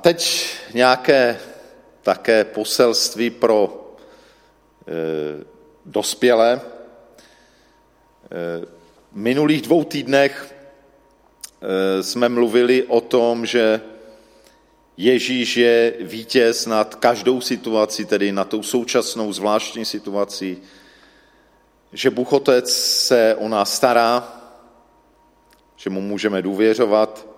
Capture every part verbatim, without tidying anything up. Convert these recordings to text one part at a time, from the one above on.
teď nějaké také poselství pro e, dospělé. V minulých dvou týdnech jsme mluvili o tom, že Ježíš je vítěz nad každou situací, tedy nad tou současnou zvláštní situací, že Bůh Otec se o nás stará, že mu můžeme důvěřovat,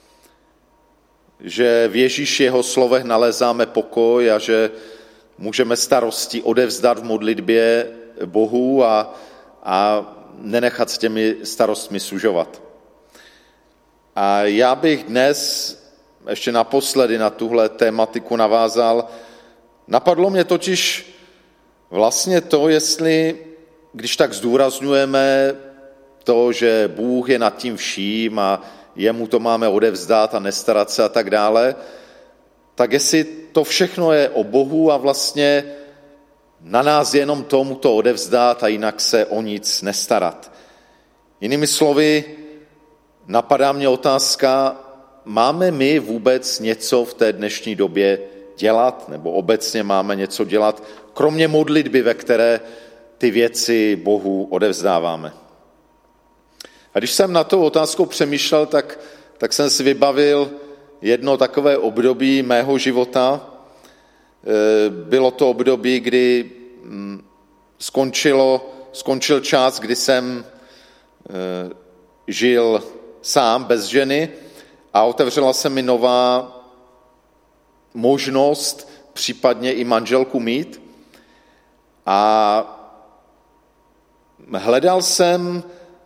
že v Ježíši jeho slovech nalezáme pokoj a že můžeme starosti odevzdat v modlitbě Bohu a, a nenechat s těmi starostmi sužovat. A já bych dnes ještě naposledy na tuhle tématiku navázal. Napadlo mě totiž vlastně to, jestli, když tak zdůrazňujeme to, že Bůh je nad tím vším a jemu to máme odevzdat a nestarat se a tak dále, tak jestli to všechno je o Bohu a vlastně na nás jenom tomu to odevzdat a jinak se o nic nestarat. Jinými slovy, napadá mě otázka, máme my vůbec něco v té dnešní době dělat, nebo obecně máme něco dělat, kromě modlitby, ve které ty věci Bohu odevzdáváme. A když jsem na tou otázkou přemýšlel, tak, tak jsem si vybavil jedno takové období mého života. Bylo to období, kdy skončilo, skončil čas, kdy jsem žil sám, bez ženy a otevřela se mi nová možnost případně i manželku mít. A hledal jsem,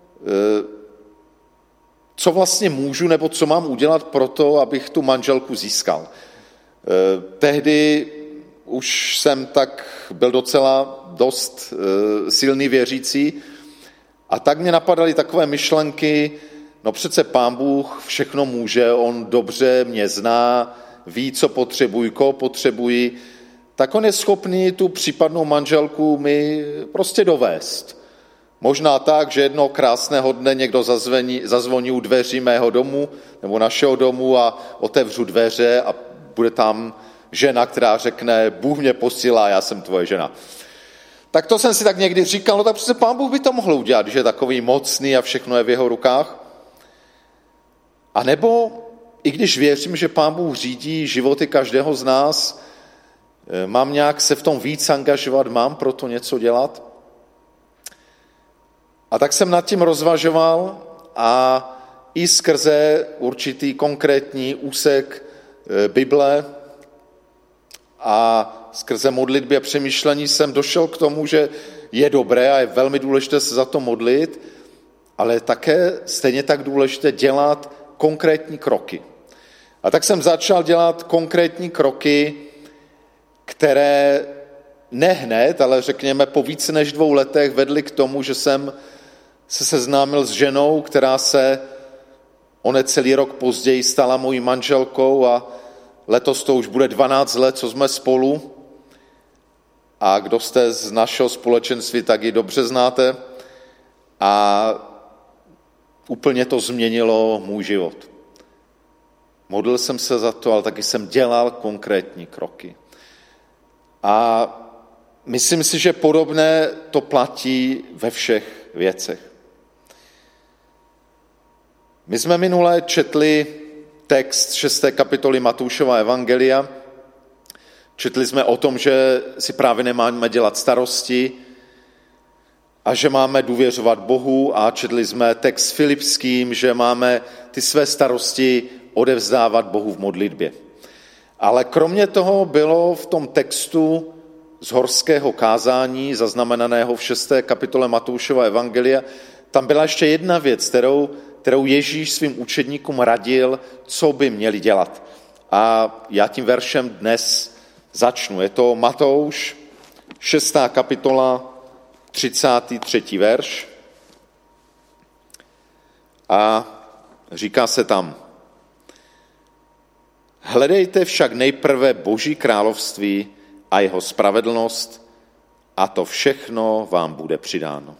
co vlastně můžu nebo co mám udělat pro to, abych tu manželku získal. Tehdy už jsem tak byl docela dost silný věřící a tak mě napadaly takové myšlenky, no přece Pán Bůh všechno může, on dobře mě zná, ví, co potřebuji, koho potřebuji, tak on je schopný tu případnou manželku mi prostě dovést. Možná tak, že jednoho krásného dne někdo zazvoní, zazvoní u dveří mého domu nebo našeho domu a otevřu dveře a bude tam žena, která řekne, Bůh mě posílá, já jsem tvoje žena. Tak to jsem si tak někdy říkal, no tak přece Pán Bůh by to mohl udělat, že je takový mocný a všechno je v jeho rukách. A nebo, i když věřím, že Pán Bůh řídí životy každého z nás, mám nějak se v tom víc angažovat, mám pro to něco dělat? A tak jsem nad tím rozvažoval a i skrze určitý konkrétní úsek Bible a skrze modlitby a přemýšlení jsem došel k tomu, že je dobré a je velmi důležité se za to modlit, ale také stejně tak důležité dělat konkrétní kroky. A tak jsem začal dělat konkrétní kroky, které ne hned, ale řekněme po více než dvou letech vedly k tomu, že jsem se seznámil s ženou, která se o necelý rok později stala mojí manželkou a letos to už bude dvanáct let, co jsme spolu. A kdo jste z našeho společenství, tak ji dobře znáte. A úplně to změnilo můj život. Modlil jsem se za to, ale taky jsem dělal konkrétní kroky. A myslím si, že podobné to platí ve všech věcech. My jsme minule četli text šesté kapitoly Matoušova evangelia. Četli jsme o tom, že si právě nemáme dělat starosti a že máme důvěřovat Bohu a četli jsme text Filipským, že máme ty své starosti odevzdávat Bohu v modlitbě. Ale kromě toho bylo v tom textu z horského kázání, zaznamenaného v šesté kapitole Matoušova evangelia, tam byla ještě jedna věc, kterou, kterou Ježíš svým učedníkům radil, co by měli dělat. A já tím veršem dnes začnu. Je to Matouš, šestá kapitola, třicátý třetí verš. A říká se tam: Hledejte však nejprve Boží království a jeho spravedlnost a to všechno vám bude přidáno.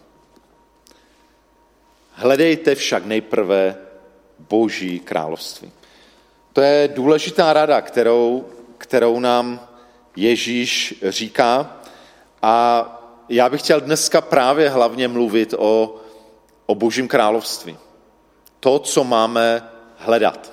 Hledejte však nejprve Boží království. To je důležitá rada, kterou, kterou nám Ježíš říká. A já bych chtěl dneska právě hlavně mluvit o, o Božím království. To, co máme hledat.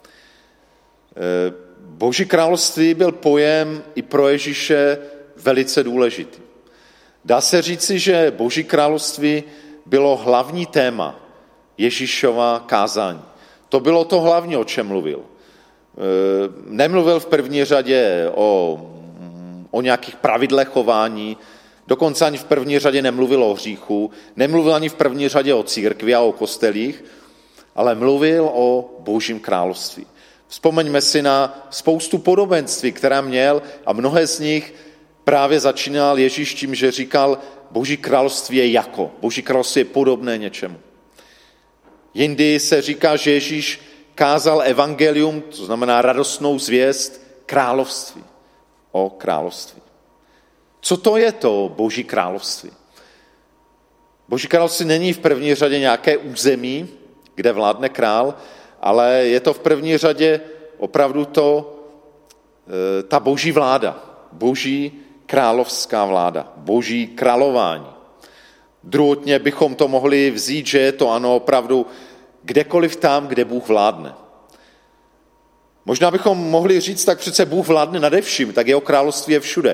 Boží království byl pojem i pro Ježíše velice důležitý. Dá se říci, že Boží království bylo hlavní téma Ježíšova kázání. To bylo to hlavní, o čem mluvil. Nemluvil v první řadě o, o nějakých pravidlech chování, dokonce ani v první řadě nemluvil o hříchu, nemluvil ani v první řadě o církvi a o kostelích, ale mluvil o Božím království. Vzpomeňme si na spoustu podobenství, která měl, a mnohé z nich právě začínal Ježíš tím, že říkal, Boží království je jako, Boží království je podobné něčemu. Jindy se říká, že Ježíš kázal evangelium, to znamená radostnou zvěst království, o království. Co to je to Boží království? Boží království není v první řadě nějaké území, kde vládne král, ale je to v první řadě opravdu to, ta boží vláda, boží královská vláda, boží králování. Druhotně bychom to mohli vzít, že je to ano opravdu kdekoliv tam, kde Bůh vládne. Možná bychom mohli říct, tak přece Bůh vládne nade vším, tak jeho království je všude.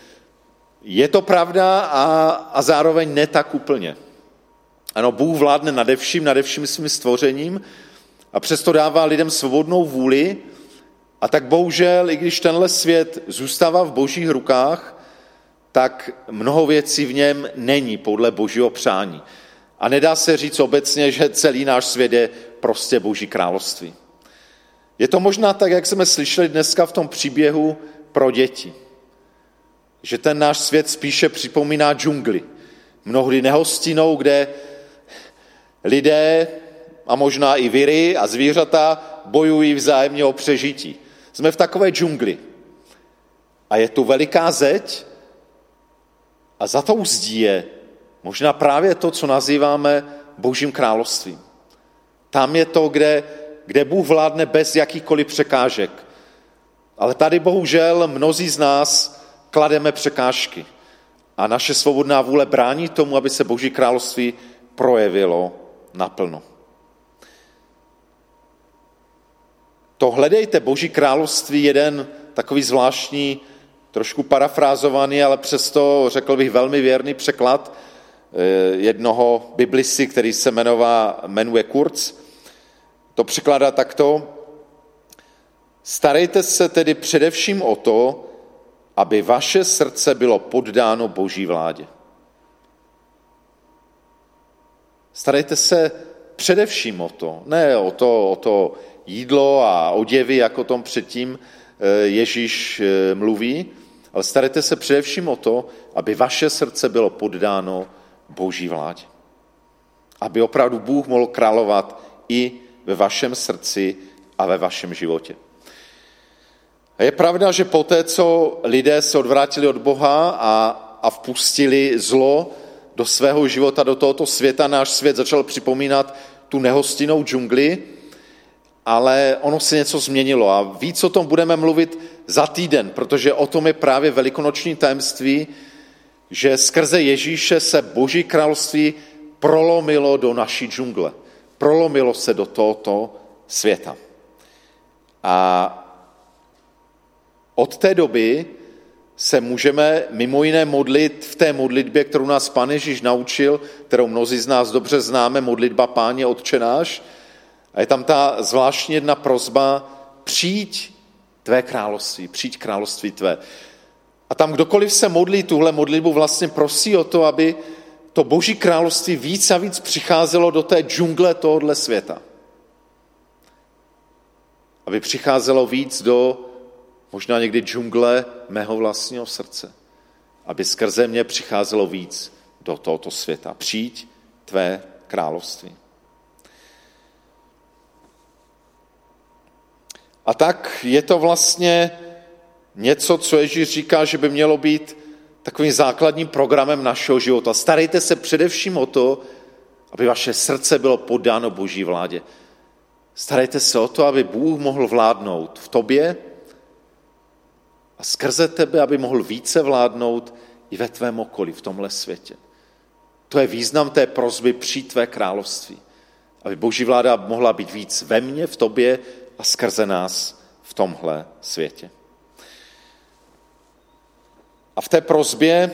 Je to pravda a, a zároveň ne tak úplně. Ano, Bůh vládne nade vším, nade vším svým stvořením a přesto dává lidem svobodnou vůli a tak bohužel, i když tenhle svět zůstává v božích rukách, tak mnoho věcí v něm není podle božího přání. A nedá se říct obecně, že celý náš svět je prostě boží království. Je to možná tak, jak jsme slyšeli dneska v tom příběhu pro děti. Že ten náš svět spíše připomíná džungli. Mnohdy nehostinou, kde lidé a možná i viry a zvířata bojují vzájemně o přežití. Jsme v takové džungli. A je tu veliká zeď a za tou zdí je možná právě to, co nazýváme Božím královstvím. Tam je to, kde, kde Bůh vládne bez jakýchkoliv překážek. Ale tady bohužel mnozí z nás klademe překážky. A naše svobodná vůle brání tomu, aby se Boží království projevilo naplno. To hledejte Boží království, jeden takový zvláštní, trošku parafrázovaný, ale přesto řekl bych velmi věrný překlad jednoho biblisty, který se jmenová, jmenuje Kurz. To překládá takto. Starejte se tedy především o to, aby vaše srdce bylo poddáno Boží vládě. Starejte se především o to, ne o to, o to jídlo a oděvy, jak o tom předtím Ježíš mluví, ale starejte se především o to, aby vaše srdce bylo poddáno Boží vládě. Aby opravdu Bůh mohl královat i ve vašem srdci a ve vašem životě. A je pravda, že poté, co lidé se odvrátili od Boha a, a vpustili zlo do svého života, do tohoto světa, náš svět začal připomínat tu nehostinnou džungli, ale ono se něco změnilo a víc o tom budeme mluvit za týden, protože o tom je právě velikonoční tajemství, že skrze Ježíše se Boží království prolomilo do naší džungle. Prolomilo se do tohoto světa. A od té doby se můžeme mimo jiné modlit v té modlitbě, kterou nás Pán Ježíš naučil, kterou mnozí z nás dobře známe, modlitba Páně Otče náš. A je tam ta zvláštní jedna prosba, přijď tvé království, přijď království tvé. A tam kdokoliv se modlí tuhle modlitbu, vlastně prosí o to, aby to Boží království víc a víc přicházelo do té džungle tohohle světa. Aby přicházelo víc do možná někdy džungle mého vlastního srdce. Aby skrze mě přicházelo víc do tohoto světa. Přijď tvé království. A tak je to vlastně něco, co Ježíš říká, že by mělo být takovým základním programem našeho života. Starejte se především o to, aby vaše srdce bylo poddáno Boží vládě. Starejte se o to, aby Bůh mohl vládnout v tobě a skrze tebe, aby mohl více vládnout i ve tvém okolí, v tomhle světě. To je význam té prosby přijď tvé království. Aby Boží vláda mohla být víc ve mně, v tobě a skrze nás v tomhle světě. A v té prosbě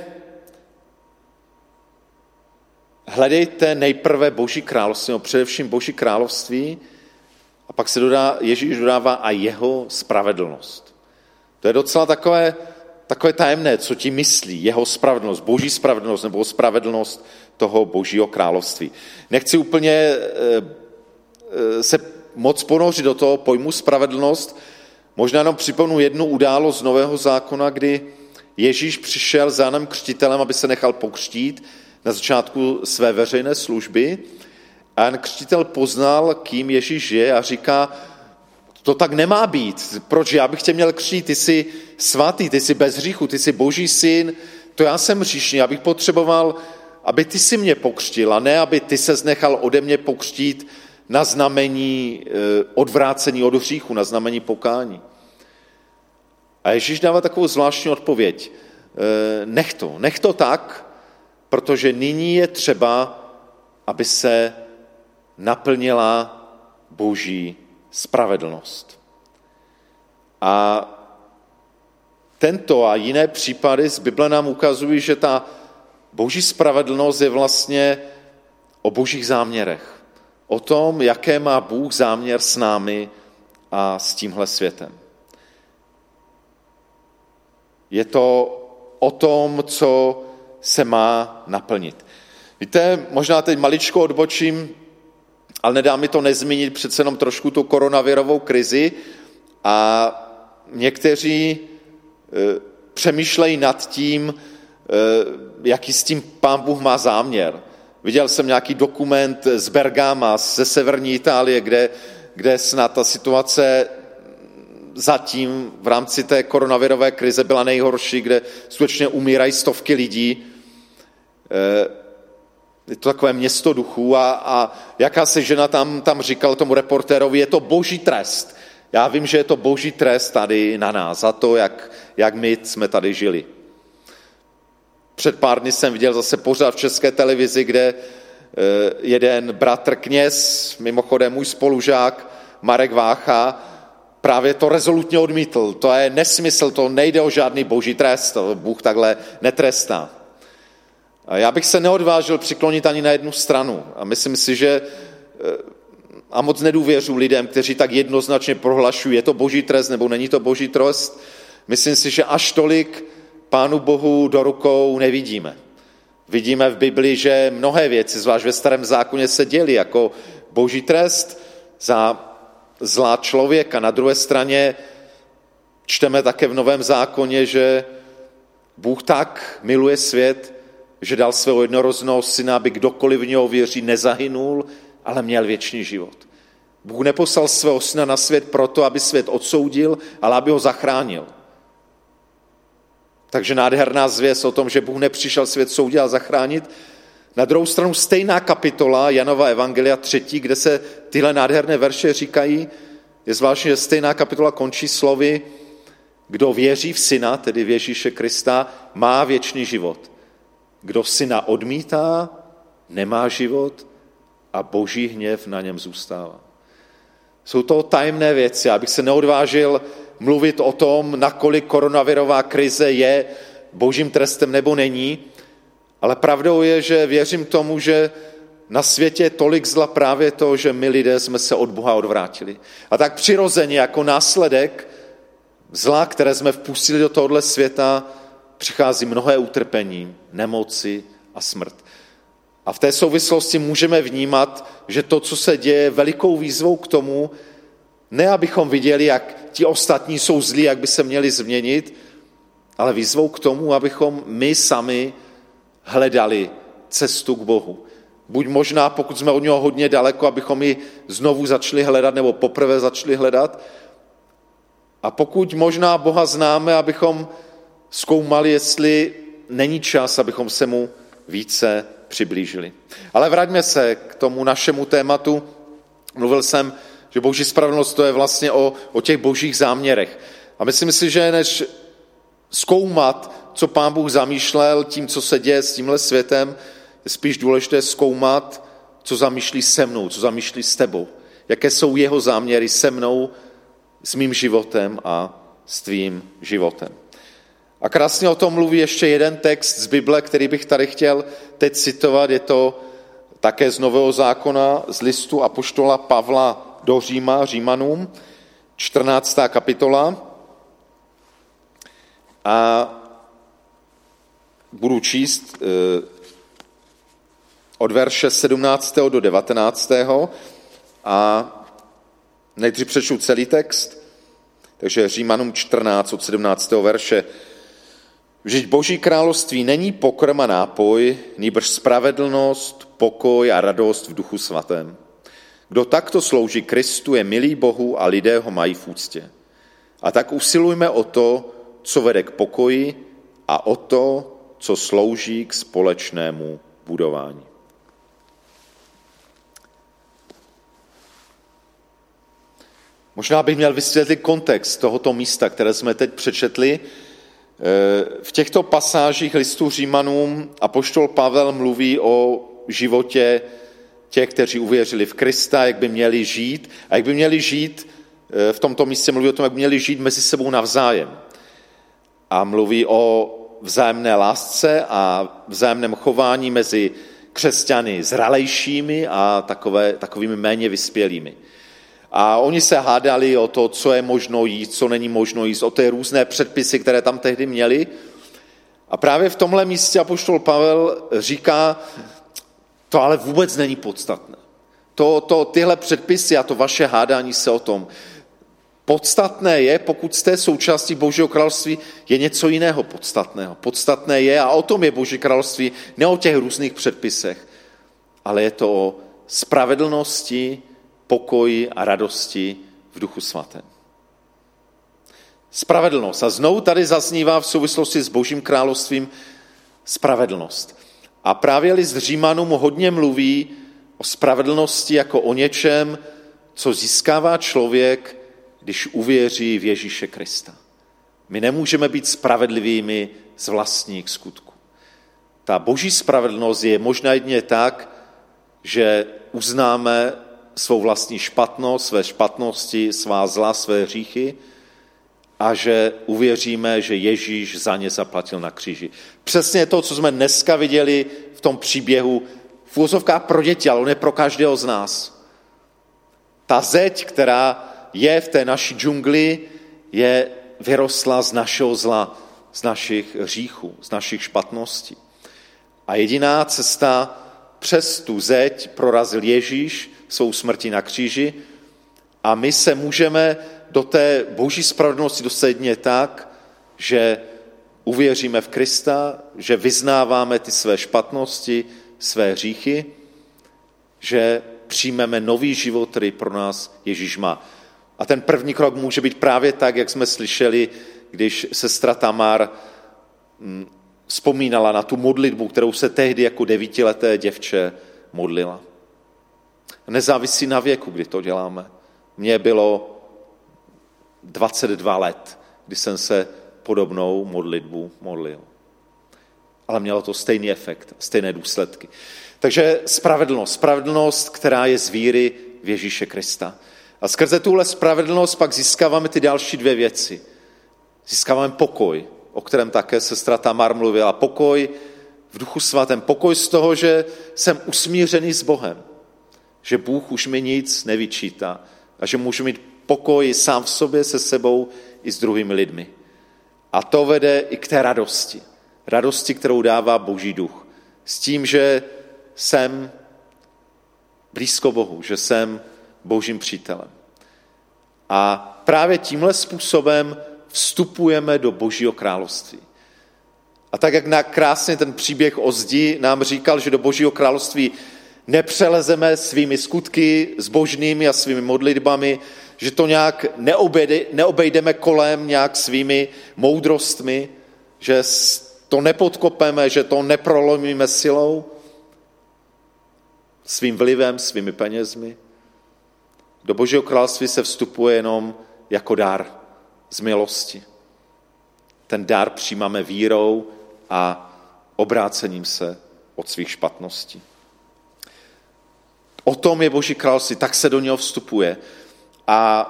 hledejte nejprve Boží království, no především Boží království, a pak se dodá, Ježíš dodává a jeho spravedlnost. To je docela takové, takové tajemné, co ti myslí, jeho spravedlnost, Boží spravedlnost nebo spravedlnost toho Božího království. Nechci úplně se moc ponořit do toho pojmu spravedlnost, možná jenom připomenu jednu událost z Nového zákona, kdy Ježíš přišel za Janem Křtitelem, aby se nechal pokřtít na začátku své veřejné služby. A Jan Křtitel poznal, kým Ježíš je a říká, to tak nemá být. Proč? Já bych tě měl křtít, ty jsi svatý, ty jsi bez hříchu, ty jsi Boží syn, to já jsem hříšný, já bych potřeboval, aby ty si mě pokřtil a ne, aby ty ses nechal ode mě pokřtít na znamení odvrácení od hříchu, na znamení pokání. A Ježíš dává takovou zvláštní odpověď. Nech to, nech to tak, protože nyní je třeba, aby se naplnila Boží spravedlnost. A tento a jiné případy z Bible nám ukazují, že ta Boží spravedlnost je vlastně o Božích záměrech. O tom, jaké má Bůh záměr s námi a s tímhle světem. Je to o tom, co se má naplnit. Víte, možná teď maličko odbočím, ale nedá mi to nezmínit přece jenom trošku tu koronavirovou krizi a někteří e, přemýšlejí nad tím, e, jaký s tím Pán Bůh má záměr. Viděl jsem nějaký dokument z Bergama, ze severní Itálie, kde, kde snad ta situace zatím v rámci té koronavirové krize byla nejhorší, kde skutečně umírají stovky lidí. Je to takové město duchů a, a jaká se žena tam, tam říkal tomu reportérovi, je to Boží trest. Já vím, že je to Boží trest tady na nás za to, jak, jak my jsme tady žili. Před pár dny jsem viděl zase pořád v České televizi, kde jeden bratr kněz, mimochodem můj spolužák Marek Vácha, právě to rezolutně odmítl. To je nesmysl, to nejde o žádný boží trest, Bůh takhle netrestá. A já bych se neodvážil přiklonit ani na jednu stranu. A myslím si, že a moc nedůvěřuji lidem, kteří tak jednoznačně prohlašují, je to boží trest nebo není to boží trest. Myslím si, že až tolik Pánu Bohu do rukou nevidíme. Vidíme v Biblii, že mnohé věci, zvlášť ve Starém zákoně, se děly jako boží trest za zlá člověka. Na druhé straně čteme také v Novém zákoně, že Bůh tak miluje svět, že dal svého jednorozeného syna, aby kdokoliv v něho věří, nezahynul, ale měl věčný život. Bůh neposlal svého syna na svět proto, aby svět odsoudil, ale aby ho zachránil. Takže nádherná zvěst o tom, že Bůh nepřišel svět soudit a zachránit. Na druhou stranu stejná kapitola Janova evangelia třetí, kde se tyhle nádherné verše říkají, je zvláštní, že stejná kapitola končí slovy, kdo věří v syna, tedy v Ježíše Krista, má věčný život. Kdo syna odmítá, nemá život a boží hněv na něm zůstává. Jsou to tajemné věci. Já bych se neodvážil mluvit o tom, nakolik koronavirová krize je božím trestem nebo není, ale pravdou je, že věřím tomu, že na světě je tolik zla právě to, že my lidé jsme se od Boha odvrátili. A tak přirozeně jako následek zla, které jsme vpustili do tohohle světa, přichází mnohé utrpení, nemoci a smrt. A v té souvislosti můžeme vnímat, že to, co se děje, je velikou výzvou k tomu, ne abychom viděli, jak ti ostatní jsou zlí, jak by se měli změnit, ale výzvou k tomu, abychom my sami hledali cestu k Bohu. Buď možná, pokud jsme od něho hodně daleko, abychom ji znovu začali hledat, nebo poprvé začali hledat. A pokud možná Boha známe, abychom zkoumali, jestli není čas, abychom se mu více přiblížili. Ale vraťme se k tomu našemu tématu. Mluvil jsem, Že boží spravedlnost to je vlastně o, o těch božích záměrech. A myslím si, že než zkoumat, co Pán Bůh zamýšlel tím, co se děje s tímhle světem, je spíš důležité zkoumat, co zamýšlí se mnou, co zamýšlí s tebou. Jaké jsou jeho záměry se mnou, s mým životem a s tvým životem. A krásně o tom mluví ještě jeden text z Bible, který bych tady chtěl teď citovat. Je to také z Nového zákona, z listu apoštola Pavla do Říma, Římanům, čtrnáctá kapitola. A budu číst od verše sedmnáctého do devatenáctého a nejdřív přečtu celý text, takže Římanům čtrnáct od sedmnáctého verše. Vždyť Boží království není pokrm a nápoj, nýbrž spravedlnost, pokoj a radost v Duchu svatém. Kdo takto slouží Kristu, je milý Bohu a lidé ho mají v úctě. A tak usilujme o to, co vede k pokoji a o to, co slouží k společnému budování. Možná bych měl vysvětlit kontext tohoto místa, které jsme teď přečetli. V těchto pasážích listu Římanům apoštol Pavel mluví o životě těch, kteří uvěřili v Krista, jak by měli žít a jak by měli žít, v tomto místě mluví o tom, jak by měli žít mezi sebou navzájem. A mluví o vzájemné lásce a vzájemném chování mezi křesťany zralejšími a takové, takovými méně vyspělými. A oni se hádali o to, co je možno jíst, co není možno jíst, o ty různé předpisy, které tam tehdy měli. A právě v tomhle místě apoštol Pavel říká, to ale vůbec není podstatné. To, to, tyhle předpisy a to vaše hádání se o tom. Podstatné je, pokud jste součástí Božího království, je něco jiného podstatného. Podstatné je, a o tom je Boží království, ne o těch různých předpisech, ale je to o spravedlnosti, pokoji a radosti v Duchu svatém. Spravedlnost. A znovu tady zaznívá v souvislosti s Božím královstvím spravedlnost. A právě list Římanům hodně mluví o spravedlnosti jako o něčem, co získává člověk, když uvěří v Ježíše Krista. My nemůžeme být spravedlivými z vlastních skutků. Ta boží spravedlnost je možná jedině tak, že uznáme svou vlastní špatnost, své špatnosti, svá zla, své hříchy a že uvěříme, že Ježíš za ně zaplatil na kříži. Přesně to, co jsme dneska viděli v tom příběhu, v úvozovkách pro děti, ale on je pro každého z nás. Ta zeď, která je v té naší džungli, je vyrostla z našeho zla, z našich hříchů, z našich špatností. A jediná cesta přes tu zeď prorazil Ježíš svou smrtí na kříži a my se můžeme do té boží spravedlnosti dostat jedině tak, že uvěříme v Krista, že vyznáváme ty své špatnosti, své hříchy, že přijmeme nový život, který pro nás Ježíš má. A ten první krok může být právě tak, jak jsme slyšeli, když sestra Tamar vzpomínala na tu modlitbu, kterou se tehdy jako devítileté děvče modlila. Nezávisí na věku, kdy to děláme. Mně bylo dvacet dva let, kdy jsem se podobnou modlitbu modlil. Ale mělo to stejný efekt, stejné důsledky. Takže spravedlnost, spravedlnost, která je z víry v Ježíše Krista. A skrze tuhle spravedlnost pak získáváme ty další dvě věci. Získáváme pokoj, o kterém také sestra Tamar mluvila. Pokoj v Duchu svatém. Pokoj z toho, že jsem usmířený s Bohem. Že Bůh už mi nic nevyčítá. A že můžu mít pokoj sám v sobě, se sebou i s druhými lidmi. A to vede i k té radosti. Radosti, kterou dává Boží duch. S tím, že jsem blízko Bohu, že jsem Božím přítelem. A právě tímhle způsobem vstupujeme do Božího království. A tak, jak na krásně ten příběh o zdi nám říkal, že do Božího království nepřelezeme svými skutky zbožnými a svými modlitbami, že to nějak neobejde, neobejdeme kolem nějak svými moudrostmi, že to nepodkopeme, že to neprolomíme silou, svým vlivem, svými penězmi. Do Božího království se vstupuje jenom jako dar z milosti. Ten dar přijímáme vírou a obrácením se od svých špatností. O tom je Boží království, tak se do něho vstupuje. A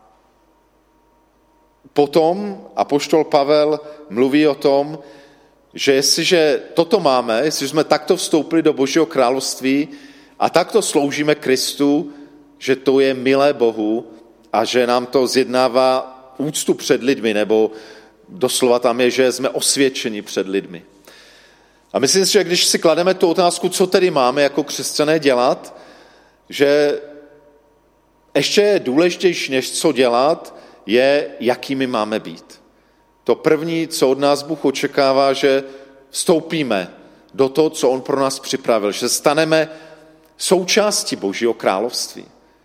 potom apoštol Pavel mluví o tom, že jestliže toto máme, jestliže jsme takto vstoupili do Božího království a takto sloužíme Kristu, že to je milé Bohu a že nám to zjednává úctu před lidmi, nebo doslova tam je, že jsme osvědčeni před lidmi. A myslím si, že když si klademe tu otázku, co tedy máme jako křesťané dělat, že ještě důležitější, než co dělat, je, jakými máme být. To první, co od nás Bůh očekává, že vstoupíme do toho, co on pro nás připravil, že staneme součástí Božího království.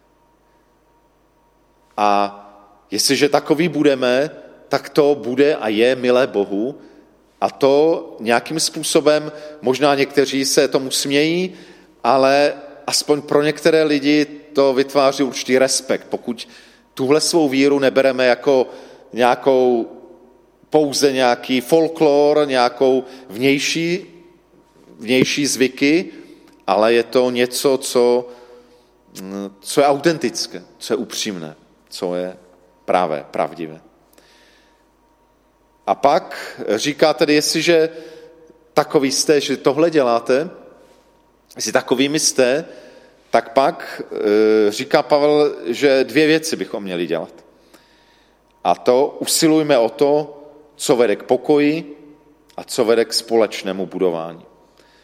A jestliže takový budeme, tak to bude a je milé Bohu a to nějakým způsobem, možná někteří se tomu smějí, ale aspoň pro některé lidi to vytváří určitý respekt. Pokud tuhle svou víru nebereme jako nějakou pouze nějaký folklor, nějakou vnější, vnější zvyky, ale je to něco, co, co je autentické, co je upřímné, co je pravé, pravdivé. A pak říká tedy, jestliže takový jste, že tohle děláte, jestli takovými jste, tak pak e, říká Pavel, že dvě věci bychom měli dělat. A to usilujme o to, co vede k pokoji a co vede k společnému budování. E,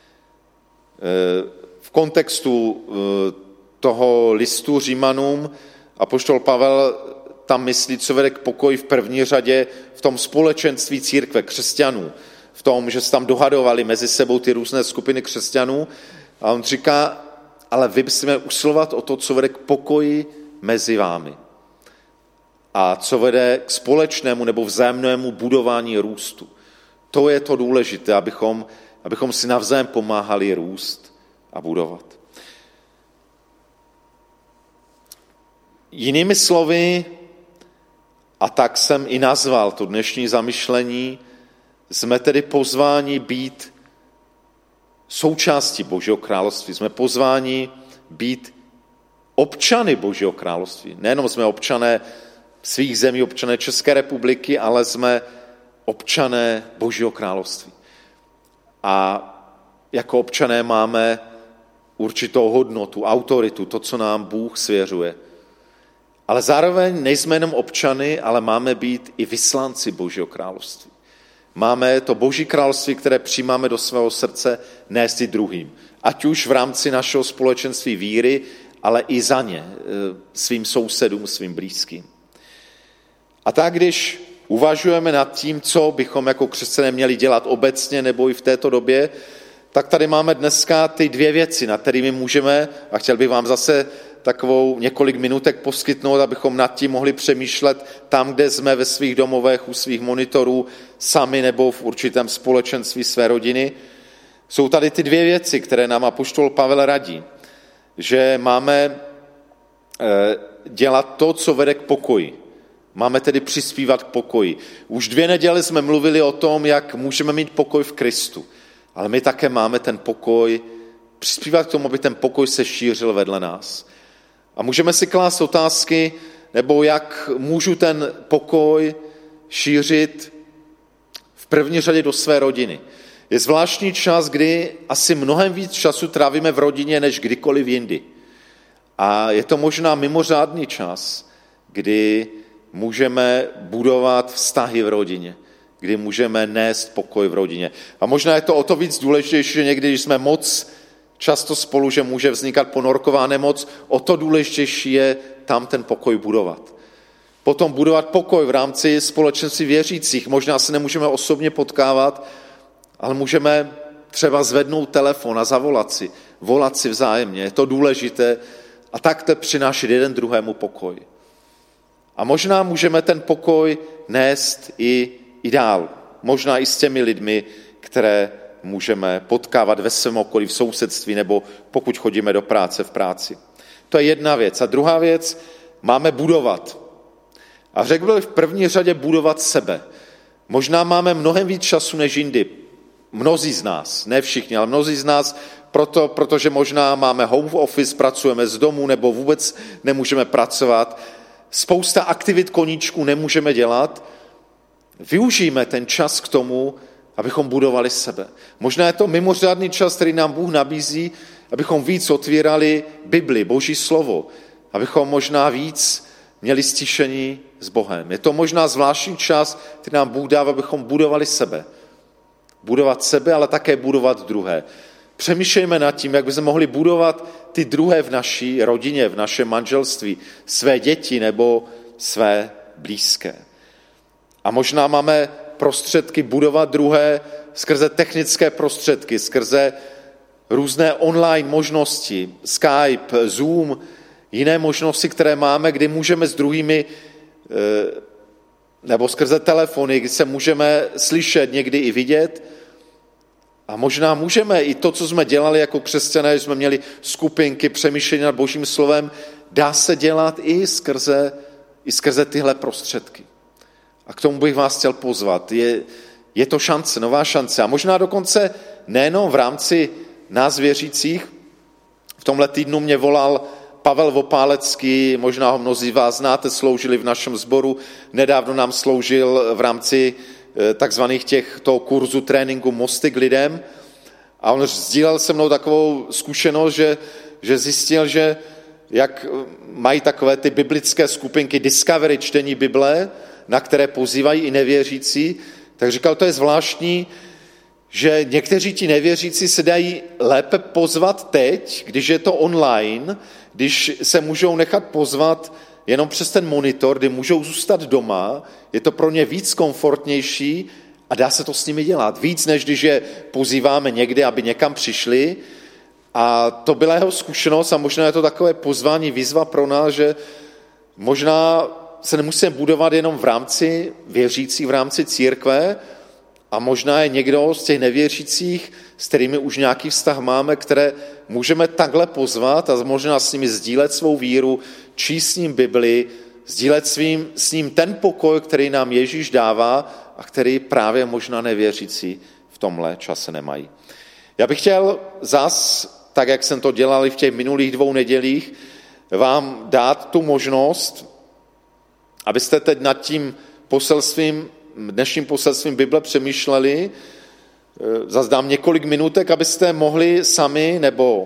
v kontextu e, toho listu Římanům apoštol Pavel tam myslí, co vede k pokoji v první řadě v tom společenství církve křesťanů, v tom, že se tam dohadovali mezi sebou ty různé skupiny křesťanů. A on říká, ale vy byste usilovat o to, co vede k pokoji mezi vámi. A co vede k společnému nebo vzájemnému budování růstu. To je to důležité, abychom, abychom si navzájem pomáhali růst a budovat. Jinými slovy, a tak jsem i nazval to dnešní zamyšlení, jsme tedy pozváni být součástí Božího království. Jsme pozváni být občany Božího království. Nejenom jsme občané svých zemí, občané České republiky, ale jsme občané Božího království. A jako občané máme určitou hodnotu, autoritu, to, co nám Bůh svěřuje. Ale zároveň nejsme jenom občany, ale máme být i vyslanci Božího království. Máme to Boží království, které přijímáme do svého srdce, nést i druhým. Ať už v rámci našeho společenství víry, ale i za ně, svým sousedům, svým blízkým. A tak, když uvažujeme nad tím, co bychom jako křesťané měli dělat obecně nebo i v této době, tak tady máme dneska ty dvě věci, nad kterými můžeme, a chtěl bych vám zase takovou několik minutek poskytnout, abychom nad tím mohli přemýšlet tam, kde jsme ve svých domovech, u svých monitorů, sami nebo v určitém společenství své rodiny. Jsou tady ty dvě věci, které nám apoštol Pavel radí, že máme dělat to, co vede k pokoji. Máme tedy přispívat k pokoji. Už dvě neděle jsme mluvili o tom, jak můžeme mít pokoj v Kristu, ale my také máme ten pokoj, přispívat k tomu, aby ten pokoj se šířil vedle nás. A můžeme si klást otázky, nebo jak můžu ten pokoj šířit v první řadě do své rodiny. Je zvláštní čas, kdy asi mnohem víc času trávíme v rodině, než kdykoliv jindy. A je to možná mimořádný čas, kdy můžeme budovat vztahy v rodině, kdy můžeme nést pokoj v rodině. A možná je to o to víc důležitější, že někdy, když jsme moc často spolu, že může vznikat ponorková nemoc, o to důležitější je tam ten pokoj budovat. Potom budovat pokoj v rámci společenství věřících. Možná se nemůžeme osobně potkávat, ale můžeme třeba zvednout telefon a zavolat si, volat si vzájemně. Je to důležité a tak to přinášet jeden druhému pokoj. A možná můžeme ten pokoj nést i, i dál. Možná i s těmi lidmi, které můžeme potkávat ve svém okolí, v sousedství, nebo pokud chodíme do práce v práci. To je jedna věc. A druhá věc, máme budovat. A řekl bych v první řadě budovat sebe. Možná máme mnohem víc času než jindy. Mnozí z nás, ne všichni, ale mnozí z nás, proto, protože možná máme home office, pracujeme z domu nebo vůbec nemůžeme pracovat. Spousta aktivit koníčků nemůžeme dělat. Využijeme ten čas k tomu, abychom budovali sebe. Možná je to mimořádný čas, který nám Bůh nabízí, abychom víc otvírali Bibli, Boží slovo, abychom možná víc měli stišení s Bohem. Je to možná zvláštní čas, který nám Bůh dává, abychom budovali sebe. Budovat sebe, ale také budovat druhé. Přemýšlejme nad tím, jak bychom mohli budovat ty druhé v naší rodině, v našem manželství, své děti nebo své blízké. A možná máme prostředky budovat druhé skrze technické prostředky, skrze různé online možnosti, Skype, Zoom, jiné možnosti, které máme, kdy můžeme s druhými, nebo skrze telefony, kdy se můžeme slyšet, někdy i vidět. A možná můžeme i to, co jsme dělali jako křesťané, že jsme měli skupinky, přemýšlení nad Božím slovem, dá se dělat i skrze, i skrze tyhle prostředky. A k tomu bych vás chtěl pozvat. Je, je to šance, nová šance. A možná dokonce nejenom v rámci nás věřících. V tomhle týdnu mě volal Pavel Vopálecký, možná ho mnozí z vás znáte, sloužili v našem sboru. Nedávno nám sloužil v rámci takzvaných těch toho kurzu tréninku Mosty k lidem. A on sdílel se mnou takovou zkušenost, že, že zjistil, že jak mají takové ty biblické skupinky Discovery čtení Bible, na které pozývají i nevěřící, tak říkal, to je zvláštní, že někteří ti nevěřící se dají lépe pozvat teď, když je to online, když se můžou nechat pozvat jenom přes ten monitor, kdy můžou zůstat doma, je to pro ně víc komfortnější a dá se to s nimi dělat. Víc, než když je pozýváme někde, aby někam přišli. A to byla jeho zkušenost a možná je to takové pozvání, výzva pro nás, že možná se nemusíme budovat jenom v rámci věřících, v rámci církve a možná je někdo z těch nevěřících, s kterými už nějaký vztah máme, které můžeme takhle pozvat a možná s nimi sdílet svou víru, číst s ním Bibli, sdílet svým, s ním ten pokoj, který nám Ježíš dává a který právě možná nevěřící v tomhle čase nemají. Já bych chtěl zas, tak jak jsem to dělal i v těch minulých dvou nedělích, vám dát tu možnost, abyste teď nad tím poselstvím, dnešním poselstvím Bible přemýšleli, zas dám několik minutek, abyste mohli sami nebo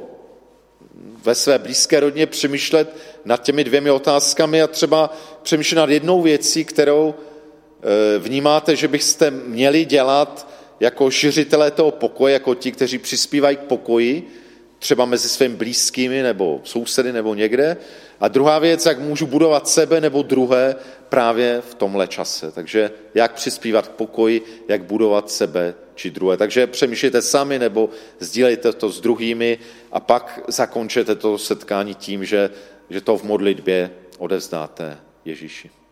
ve své blízké rodině přemýšlet nad těmi dvěmi otázkami a třeba přemýšlet nad jednou věcí, kterou vnímáte, že byste měli dělat jako šiřitelé toho pokoje, jako ti, kteří přispívají k pokoji, třeba mezi svými blízkými nebo sousedy nebo někde. A druhá věc, jak můžu budovat sebe nebo druhé právě v tomhle čase. Takže jak přispívat k pokoji, jak budovat sebe či druhé. Takže přemýšlejte sami nebo sdílejte to s druhými a pak zakončete to setkání tím, že, že to v modlitbě odevzdáte Ježíši.